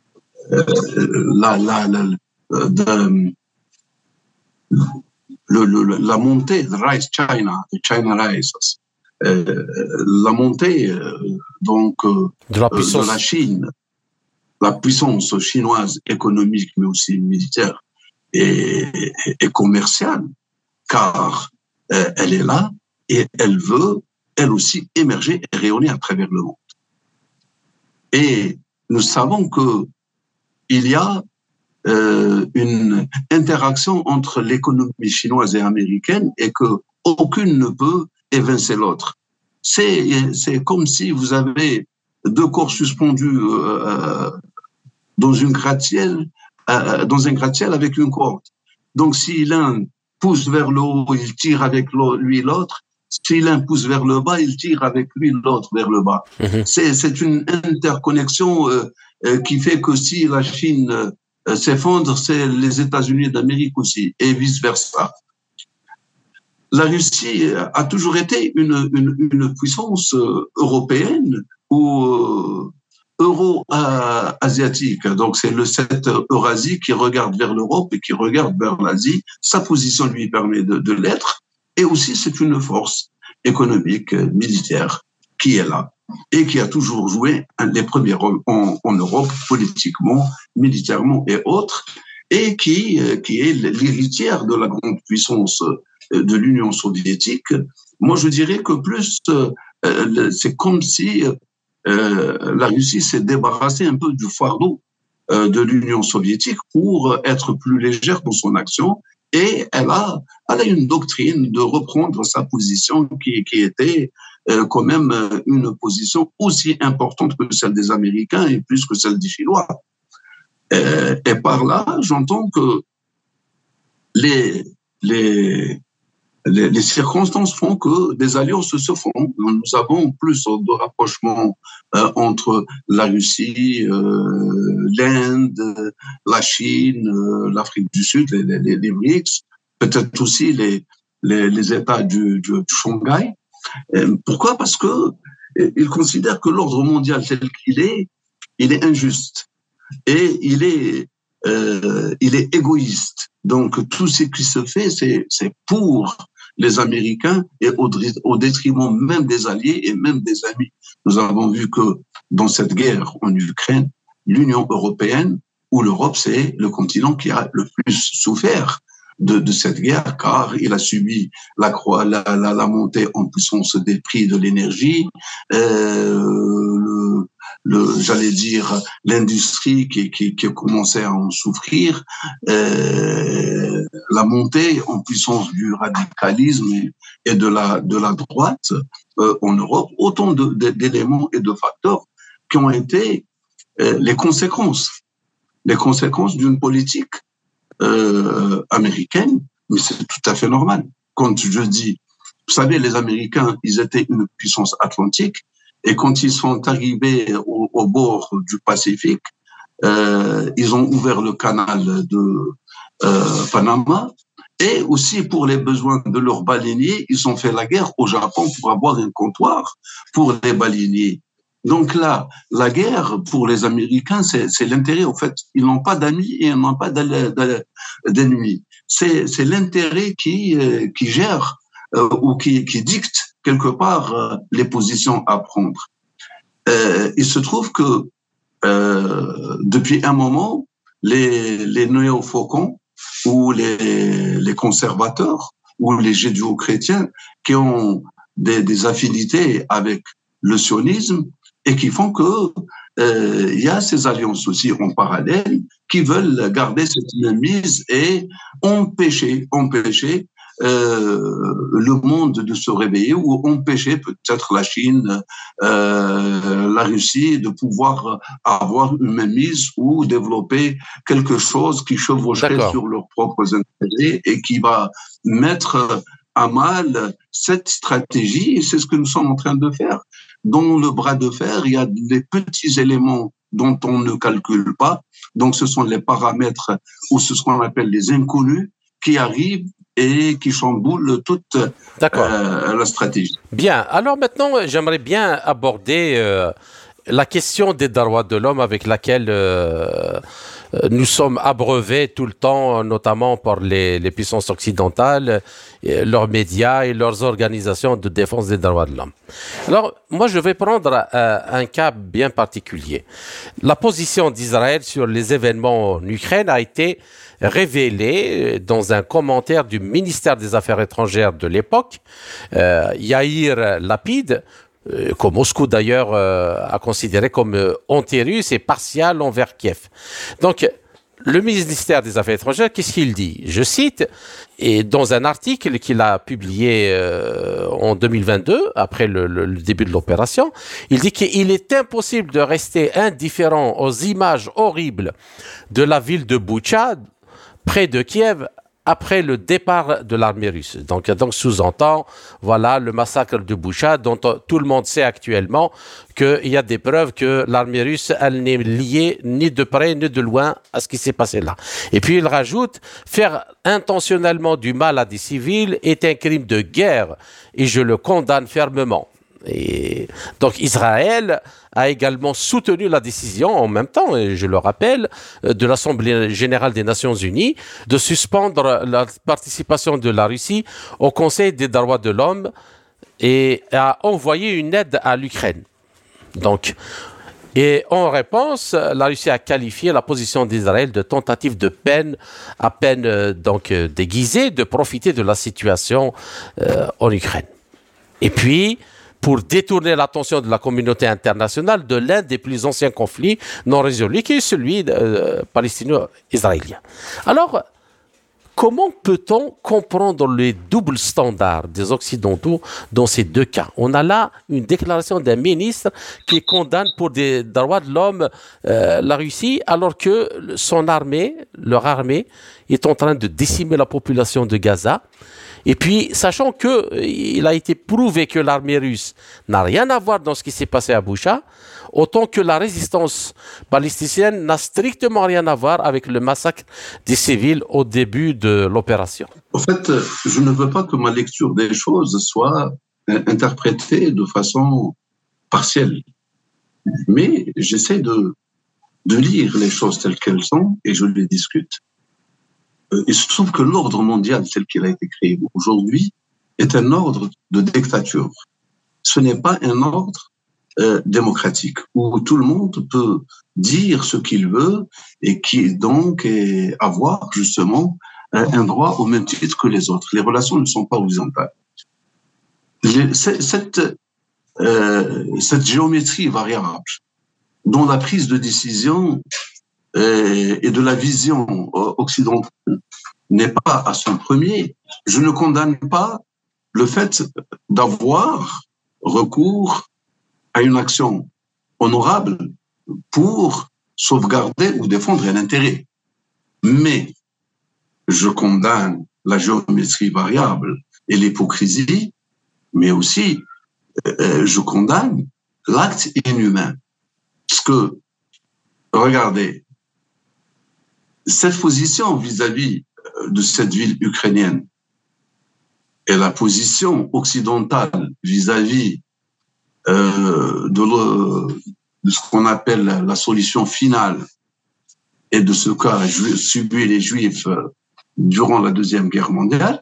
La montée de Rise China, China Rises, la montée de la Chine, la puissance chinoise économique mais aussi militaire et commerciale, car elle est là et elle veut, elle aussi, émerger et rayonner à travers le monde. Et nous savons que il y a une interaction entre l'économie chinoise et américaine et que aucune ne peut évincer l'autre. C'est comme si vous avez deux corps suspendus dans un gratte-ciel avec une corde. Donc si l'un pousse vers le haut, il tire avec lui l'autre. Si l'un pousse vers le bas, il tire avec lui l'autre vers le bas. Mmh. C'est une interconnexion qui fait que si la Chine s'effondre, c'est les États-Unis d'Amérique aussi, et vice-versa. La Russie a toujours été une puissance européenne ou euro-asiatique. Donc c'est cette Eurasie qui regarde vers l'Europe et qui regarde vers l'Asie. Sa position lui permet de l'être. Et aussi, c'est une force économique, militaire, qui est là et qui a toujours joué les premiers rôles en Europe, politiquement, militairement et autres, et qui est l'héritière de la grande puissance de l'Union soviétique, moi je dirais que plus c'est comme si la Russie s'est débarrassée un peu du fardeau de l'Union soviétique pour être plus légère dans son action. Et elle a une doctrine de reprendre sa position qui était quand même une position aussi importante que celle des Américains et plus que celle des Chinois. Et par là, j'entends que les circonstances font que des alliances se font. Nous avons plus de rapprochement entre la Russie, l'Inde, la Chine, l'Afrique du Sud, les BRICS, peut-être aussi les États du Shanghai. Pourquoi ? Parce que ils considèrent que l'ordre mondial tel qu'il est, il est injuste et il est égoïste. Donc tout ce qui se fait, c'est pour les Américains et au détriment même des alliés et même des amis. Nous avons vu que dans cette guerre en Ukraine, l'Union européenne ou l'Europe, c'est le continent qui a le plus souffert de cette guerre, car il a subi la montée en puissance des prix de l'énergie, j'allais dire l'industrie qui a commencé à en souffrir, la montée en puissance du radicalisme et de la droite en Europe, autant d'éléments et de facteurs qui ont été les conséquences d'une politique américaine, mais c'est tout à fait normal. Quand je dis, vous savez, les Américains, ils étaient une puissance atlantique, et quand ils sont arrivés au bord du Pacifique, ils ont ouvert le canal de Panama, et aussi pour les besoins de leurs baleiniers, ils ont fait la guerre au Japon pour avoir un comptoir pour les baleiniers. Donc là, la guerre pour les Américains, c'est l'intérêt. En fait, ils n'ont pas d'amis et ils n'ont pas d'ennemis. C'est l'intérêt qui gère ou qui dicte quelque part les positions à prendre. Il se trouve que depuis un moment, les néo-faucons ou les conservateurs ou les judéo-chrétiens qui ont des affinités avec le sionisme et qui font que il y a ces alliances aussi en parallèle qui veulent garder cette mainmise et empêcher le monde de se réveiller ou empêcher peut-être la Chine, la Russie de pouvoir avoir une mainmise ou développer quelque chose qui chevaucherait sur leurs propres intérêts et qui va mettre à mal cette stratégie. Et c'est ce que nous sommes en train de faire. Dans le bras de fer, il y a des petits éléments dont on ne calcule pas. Donc, ce sont les paramètres ou ce qu'on appelle les inconnus qui arrivent et qui chamboulent toute la stratégie. Bien. Alors maintenant, j'aimerais bien aborder la question des droits de l'homme avec laquelle nous sommes abreuvés tout le temps, notamment par les puissances occidentales, leurs médias et leurs organisations de défense des droits de l'homme. Alors, moi, je vais prendre un cas bien particulier. La position d'Israël sur les événements en Ukraine a été révélée dans un commentaire du ministère des Affaires étrangères de l'époque, Yair Lapid, que Moscou d'ailleurs a considéré comme anti-russe et partial envers Kiev. Donc, le ministère des Affaires étrangères, qu'est-ce qu'il dit ? Je cite, et dans un article qu'il a publié en 2022, après le début de l'opération, il dit qu'il est impossible de rester indifférent aux images horribles de la ville de Boutcha, près de Kiev, après le départ de l'armée russe. Donc sous-entend, voilà, le massacre de Boutcha, dont tout le monde sait actuellement qu'il y a des preuves que l'armée russe, elle n'est liée ni de près ni de loin à ce qui s'est passé là. Et puis il rajoute, faire intentionnellement du mal à des civils est un crime de guerre et je le condamne fermement. Et donc Israël a également soutenu la décision en même temps, et je le rappelle, de l'Assemblée générale des Nations Unies de suspendre la participation de la Russie au Conseil des droits de l'homme et a envoyé une aide à l'Ukraine. Donc Et en réponse, la Russie a qualifié la position d'Israël de tentative de à peine déguisée, de profiter de la situation en Ukraine. Et puis, pour détourner l'attention de la communauté internationale de l'un des plus anciens conflits non résolus, qui est celui palestino-israélien. Alors, comment peut-on comprendre les doubles standards des Occidentaux dans ces deux cas? On a là une déclaration d'un ministre qui condamne pour des droits de l'homme la Russie, alors que leur armée, est en train de décimer la population de Gaza. Et puis, sachant qu'il a été prouvé que l'armée russe n'a rien à voir dans ce qui s'est passé à Boucha, autant que la résistance palestinienne n'a strictement rien à voir avec le massacre des civils au début de l'opération. En fait, je ne veux pas que ma lecture des choses soit interprétée de façon partielle. Mais j'essaie de lire les choses telles qu'elles sont et je les discute. Il se trouve que l'ordre mondial tel qu'il a été créé aujourd'hui est un ordre de dictature. Ce n'est pas un ordre démocratique où tout le monde peut dire ce qu'il veut et qui donc avoir justement un droit au même titre que les autres. Les relations ne sont pas horizontales. Cette géométrie variable dont la prise de décision et de la vision occidentale n'est pas à son premier, je ne condamne pas le fait d'avoir recours à une action honorable pour sauvegarder ou défendre un intérêt. Mais je condamne la géométrie variable et l'hypocrisie, mais aussi je condamne l'acte inhumain. Parce que, regardez, cette position vis-à-vis de cette ville ukrainienne et la position occidentale vis-à-vis de ce qu'on appelle la solution finale et de ce qu'a subi les Juifs durant la Deuxième Guerre mondiale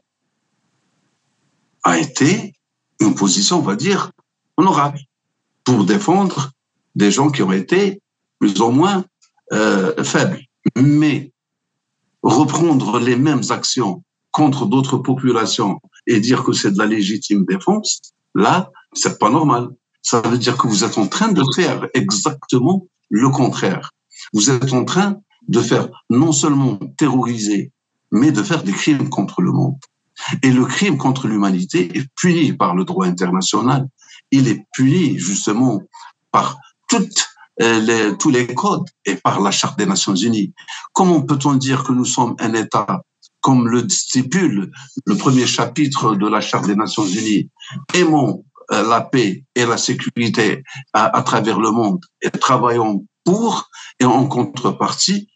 a été une position, on va dire, honorable pour défendre des gens qui ont été plus ou moins faibles. Mais reprendre les mêmes actions contre d'autres populations et dire que c'est de la légitime défense, là, c'est pas normal. Ça veut dire que vous êtes en train de faire exactement le contraire. Vous êtes en train de faire non seulement terroriser, mais de faire des crimes contre le monde. Et le crime contre l'humanité est puni par le droit international. Il est puni justement par tous les codes et par la Charte des Nations Unies. Comment peut-on dire que nous sommes un État, comme le stipule le premier chapitre de la Charte des Nations Unies, aimons la paix et la sécurité à travers le monde et travaillons pour et en contrepartie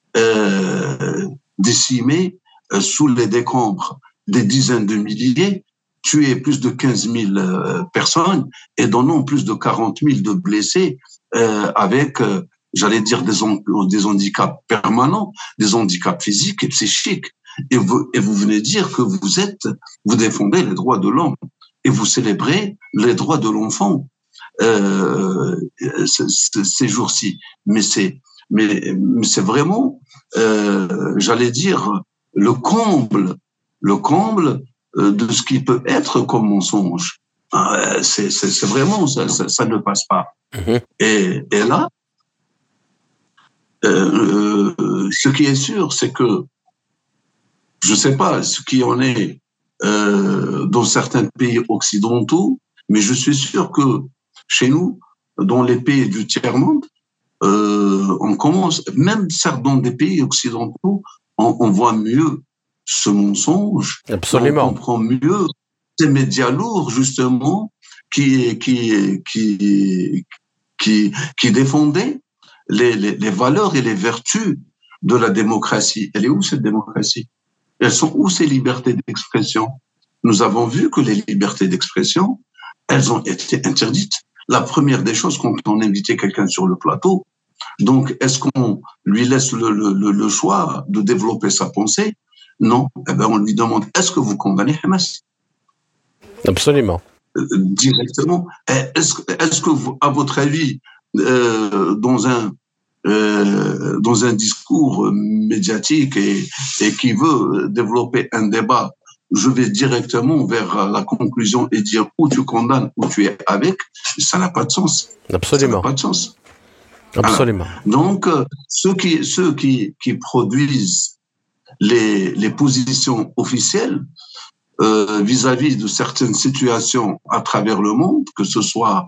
décimer sous les décombres des dizaines de milliers, tuer plus de 15 000 personnes et donnons plus de 40 000 de blessés avec, j'allais dire, des handicaps permanents, des handicaps physiques et psychiques. Et vous venez dire que vous défendez les droits de l'homme et vous célébrez les droits de l'enfant ces jours-ci. Mais c'est vraiment, j'allais dire, le comble de ce qui peut être comme mensonge. C'est vraiment, ça ne passe pas. Et là, ce qui est sûr, c'est que je ne sais pas ce qui en est dans certains pays occidentaux, mais je suis sûr que chez nous, dans les pays du tiers-monde, on commence, même certes dans des pays occidentaux, on voit mieux ce mensonge. Absolument. On comprend mieux ces médias lourds, justement, qui défendaient les valeurs et les vertus de la démocratie. Elle est où cette démocratie? Elles sont où ces libertés d'expression? Nous avons vu que les libertés d'expression, elles ont été interdites. La première des choses, quand on invitait quelqu'un sur le plateau, donc est-ce qu'on lui laisse le choix de développer sa pensée? Non. Eh ben, on lui demande, est-ce que vous condamnez Hamas? Absolument. Directement. Est-ce que vous, à votre avis, dans un discours médiatique et qui veut développer un débat, je vais directement vers la conclusion et dire où tu condamnes, où tu es avec, ça n'a pas de sens. Absolument. Ça n'a pas de sens. Absolument. Alors, donc, ceux qui produisent les positions officielles vis-à-vis de certaines situations à travers le monde, que ce soit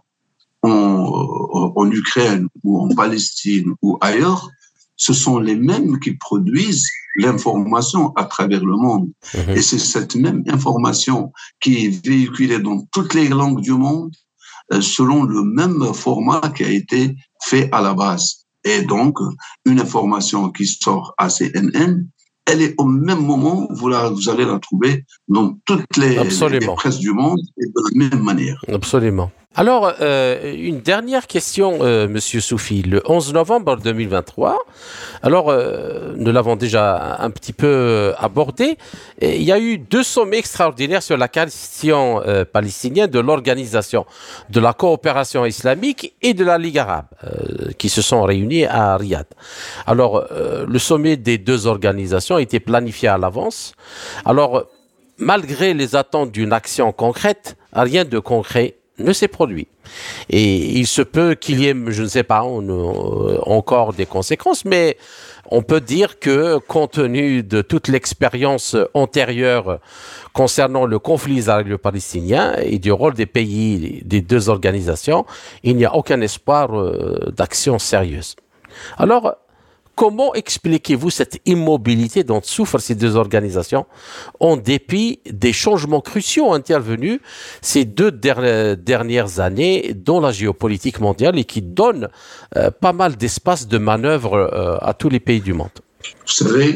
en Ukraine ou en Palestine ou ailleurs, ce sont les mêmes qui produisent l'information à travers le monde. Et c'est cette même information qui est véhiculée dans toutes les langues du monde selon le même format qui a été fait à la base. Et donc, une information qui sort à CNN, elle est au même moment, vous allez la trouver dans toutes les presses du monde et de la même manière. Absolument. Alors, une dernière question, Monsieur Soufi. Le 11 novembre 2023, alors, nous l'avons déjà un petit peu abordé, il y a eu 2 sommets extraordinaires sur la question palestinienne de l'Organisation de la coopération islamique et de la Ligue arabe, qui se sont réunis à Riyad. Alors, le sommet des 2 organisations a été planifié à l'avance. Alors, malgré les attentes d'une action concrète, rien de concret ne s'est produit. Et il se peut qu'il y ait, je ne sais pas, encore des conséquences, mais on peut dire que, compte tenu de toute l'expérience antérieure concernant le conflit israélo-palestinien et du rôle des pays, des 2 organisations, il n'y a aucun espoir d'action sérieuse. Alors, comment expliquez-vous cette immobilité dont souffrent ces 2 organisations en dépit des changements cruciaux intervenus ces 2 dernières années dans la géopolitique mondiale et qui donnent pas mal d'espace de manœuvre à tous les pays du monde? Vous savez,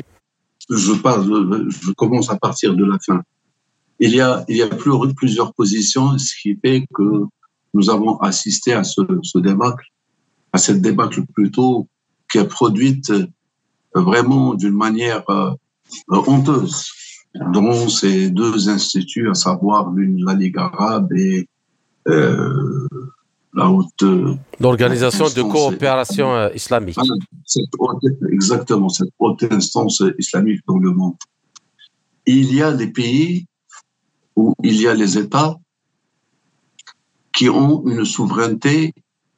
je commence à partir de la fin. Il y a plusieurs positions, ce qui fait que nous avons assisté à ce débâcle, à cette débâcle plutôt qui est produite vraiment d'une manière honteuse dans ces 2 instituts, à savoir la Ligue arabe et la haute... L'Organisation de coopération islamique. Exactement, cette haute instance islamique dans le monde. Il y a des pays où il y a les États qui ont une souveraineté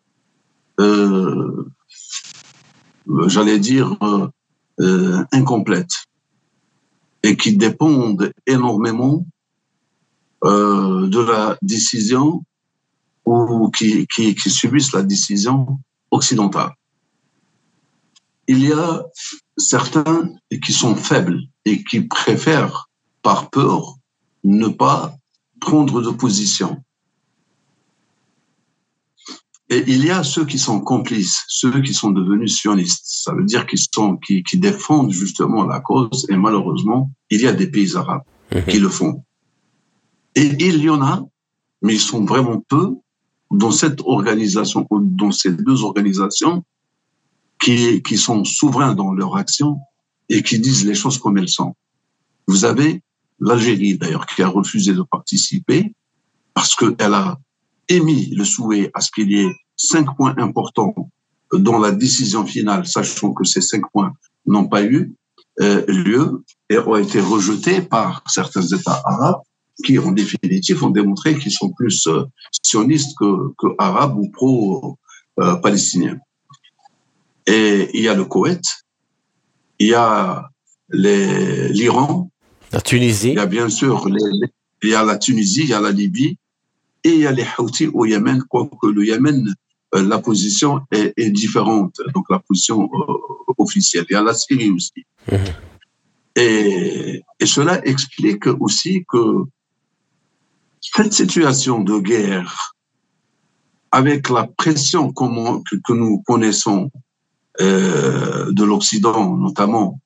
j'allais dire, incomplète et qui dépendent énormément de la décision ou qui subissent la décision occidentale. Il y a certains qui sont faibles et qui préfèrent, par peur, ne pas prendre de position. Et il y a ceux qui sont complices, ceux qui sont devenus sionistes. Ça veut dire qui défendent justement la cause. Et malheureusement, il y a des pays arabes qui le font. Et il y en a, mais ils sont vraiment peu, dans cette organisation, dans ces 2 organisations, qui sont souverains dans leur action et qui disent les choses comme elles sont. Vous avez l'Algérie, d'ailleurs, qui a refusé de participer parce qu'elle a émis le souhait à ce qu'il y ait 5 points importants dans la décision finale, sachant que ces 5 points n'ont pas eu lieu et ont été rejetés par certains États arabes qui, en définitive, ont démontré qu'ils sont plus sionistes que arabes ou pro-palestiniens. Et il y a le Koweït, il y a l'Iran, la Tunisie, il y a bien sûr il y a la Tunisie, il y a la Libye, et il y a les Houthis au Yémen, quoique le Yémen, la position est différente, donc la position officielle. Il y a la Syrie aussi. Et cela explique aussi que cette situation de guerre, avec la pression que nous connaissons de l'Occident, notamment,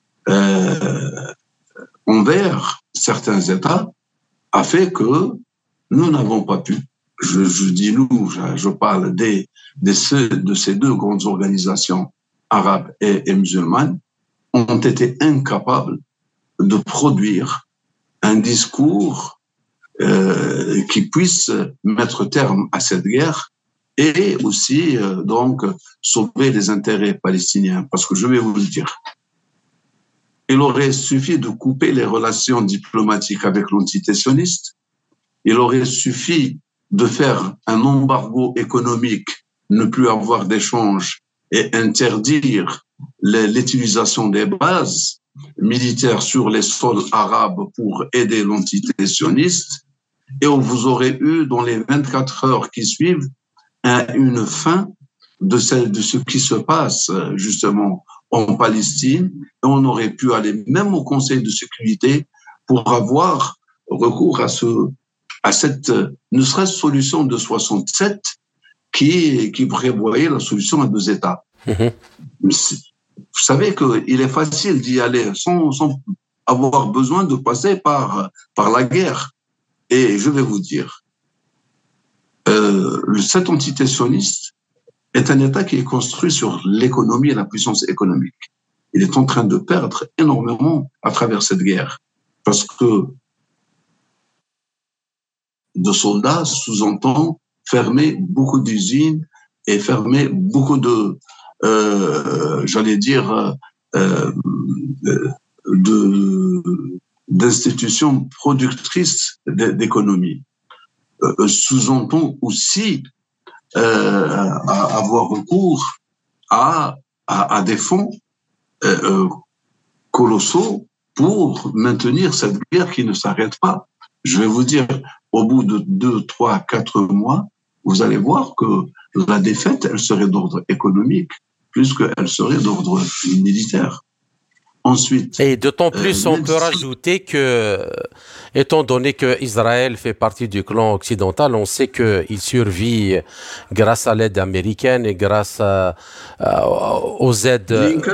envers certains États, a fait que nous n'avons pas pu, je dis nous, je parle de ces 2 grandes organisations arabes et musulmanes, ont été incapables de produire un discours qui puisse mettre terme à cette guerre et aussi donc sauver les intérêts palestiniens. Parce que je vais vous le dire, il aurait suffi de couper les relations diplomatiques avec l'entité sioniste. Il aurait suffi de faire un embargo économique, ne plus avoir d'échanges et interdire l'utilisation des bases militaires sur les sols arabes pour aider l'entité sioniste. Et vous aurez eu, dans les 24 heures qui suivent, une fin de ce qui se passe justement en Palestine. Et on aurait pu aller même au Conseil de sécurité pour avoir recours à cette, ne serait-ce solution de 67 qui prévoyait la solution à 2 États. Vous savez qu'il est facile d'y aller sans avoir besoin de passer par la guerre. Et je vais vous dire, cette entité sioniste est un État qui est construit sur l'économie et la puissance économique. Il est en train de perdre énormément à travers cette guerre. Parce que de soldats sous-entend fermer beaucoup d'usines et fermer beaucoup de, d'institutions productrices d'économie. Sous-entend aussi avoir recours à des fonds colossaux pour maintenir cette guerre qui ne s'arrête pas. Je vais vous dire, au bout de 2, 3, 4 mois, vous allez voir que la défaite, elle serait d'ordre économique plus qu'elle serait d'ordre militaire. Ensuite, et d'autant plus, on peut rajouter que, étant donné que Israël fait partie du clan occidental, on sait qu'il survit grâce à l'aide américaine et grâce aux aides,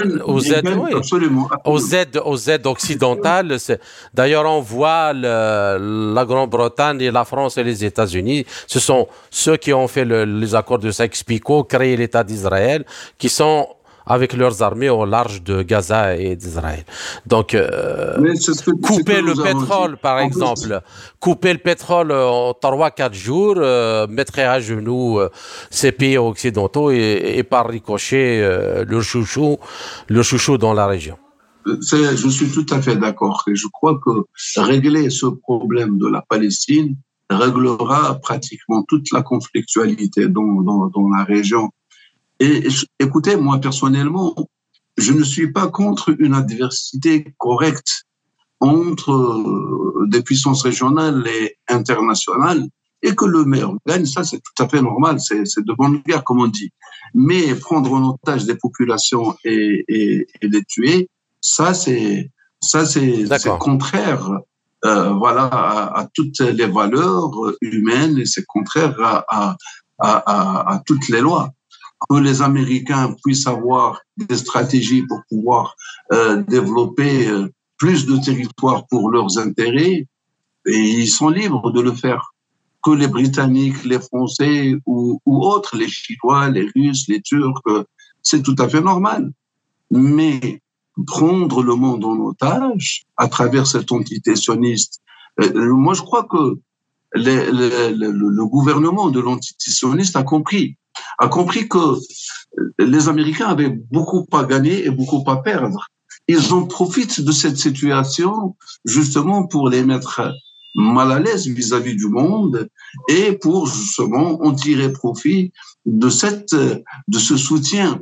aux aides occidentales. D'ailleurs, on voit la Grande-Bretagne et la France et les États-Unis. Ce sont ceux qui ont fait les accords de Sykes-Picot, créé l'État d'Israël, qui sont avec leurs armées au large de Gaza et d'Israël. Donc, couper le pétrole, par exemple, couper le pétrole en 3-4 jours, mettrait à genoux ces pays occidentaux et par ricochet le chouchou dans la région. Je suis tout à fait d'accord. Et je crois que régler ce problème de la Palestine réglera pratiquement toute la conflictualité dans la région. Et écoutez, moi personnellement, je ne suis pas contre une adversité correcte entre des puissances régionales et internationales, et que le meilleur gagne, ça c'est tout à fait normal, c'est de bonne guerre comme on dit. Mais prendre en otage des populations et les tuer, ça c'est contraire à toutes les valeurs humaines, et c'est contraire à toutes les lois. Que les Américains puissent avoir des stratégies pour pouvoir développer plus de territoires pour leurs intérêts, et ils sont libres de le faire. Que les Britanniques, les Français ou autres, les Chinois, les Russes, les Turcs, c'est tout à fait normal. Mais prendre le monde en otage à travers cette entité sioniste, moi je crois que le gouvernement de l'entité sioniste a compris que les Américains avaient beaucoup à gagner et beaucoup à perdre. Ils en profitent de cette situation justement pour les mettre mal à l'aise vis-à-vis du monde et pour justement en tirer profit de ce soutien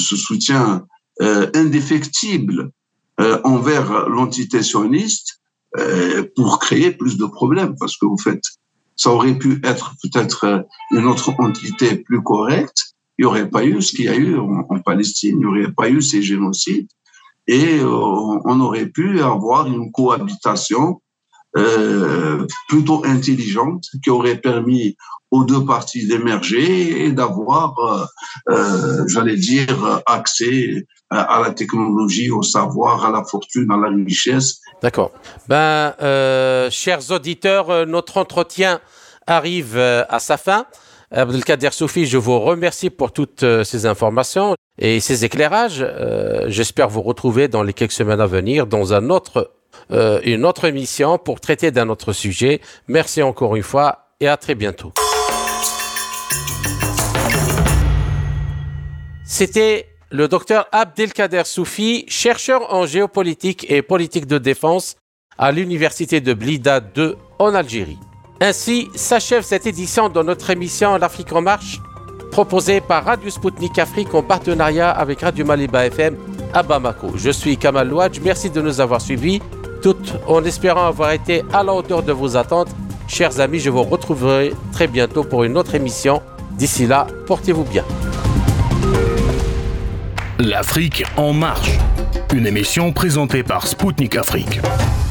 indéfectible envers l'entité sioniste pour créer plus de problèmes. Parce que vous faites, ça aurait pu être peut-être une autre entité plus correcte. Il n'y aurait pas eu ce qu'il y a eu en Palestine, il n'y aurait pas eu ces génocides, et on aurait pu avoir une cohabitation plutôt intelligente qui aurait permis aux deux parties d'émerger et d'avoir, accès à la technologie, au savoir, à la fortune, à la richesse. D'accord. Chers auditeurs, notre entretien arrive à sa fin. Abdelkader Soufi, je vous remercie pour toutes ces informations et ces éclairages. J'espère vous retrouver dans les quelques semaines à venir dans une autre émission pour traiter d'un autre sujet. Merci encore une fois et à très bientôt. C'était le docteur Abdelkader Soufi, chercheur en géopolitique et politique de défense à l'université de Blida 2 en Algérie. Ainsi s'achève cette édition de notre émission L'Afrique en marche, proposée par Radio Spoutnik Afrique en partenariat avec Radio Maliba FM à Bamako. Je suis Kamal Louadj, merci de nous avoir suivis, toutes en espérant avoir été à la hauteur de vos attentes. Chers amis, je vous retrouverai très bientôt pour une autre émission. D'ici là, portez-vous bien. L'Afrique en marche, une émission présentée par Spoutnik Afrique.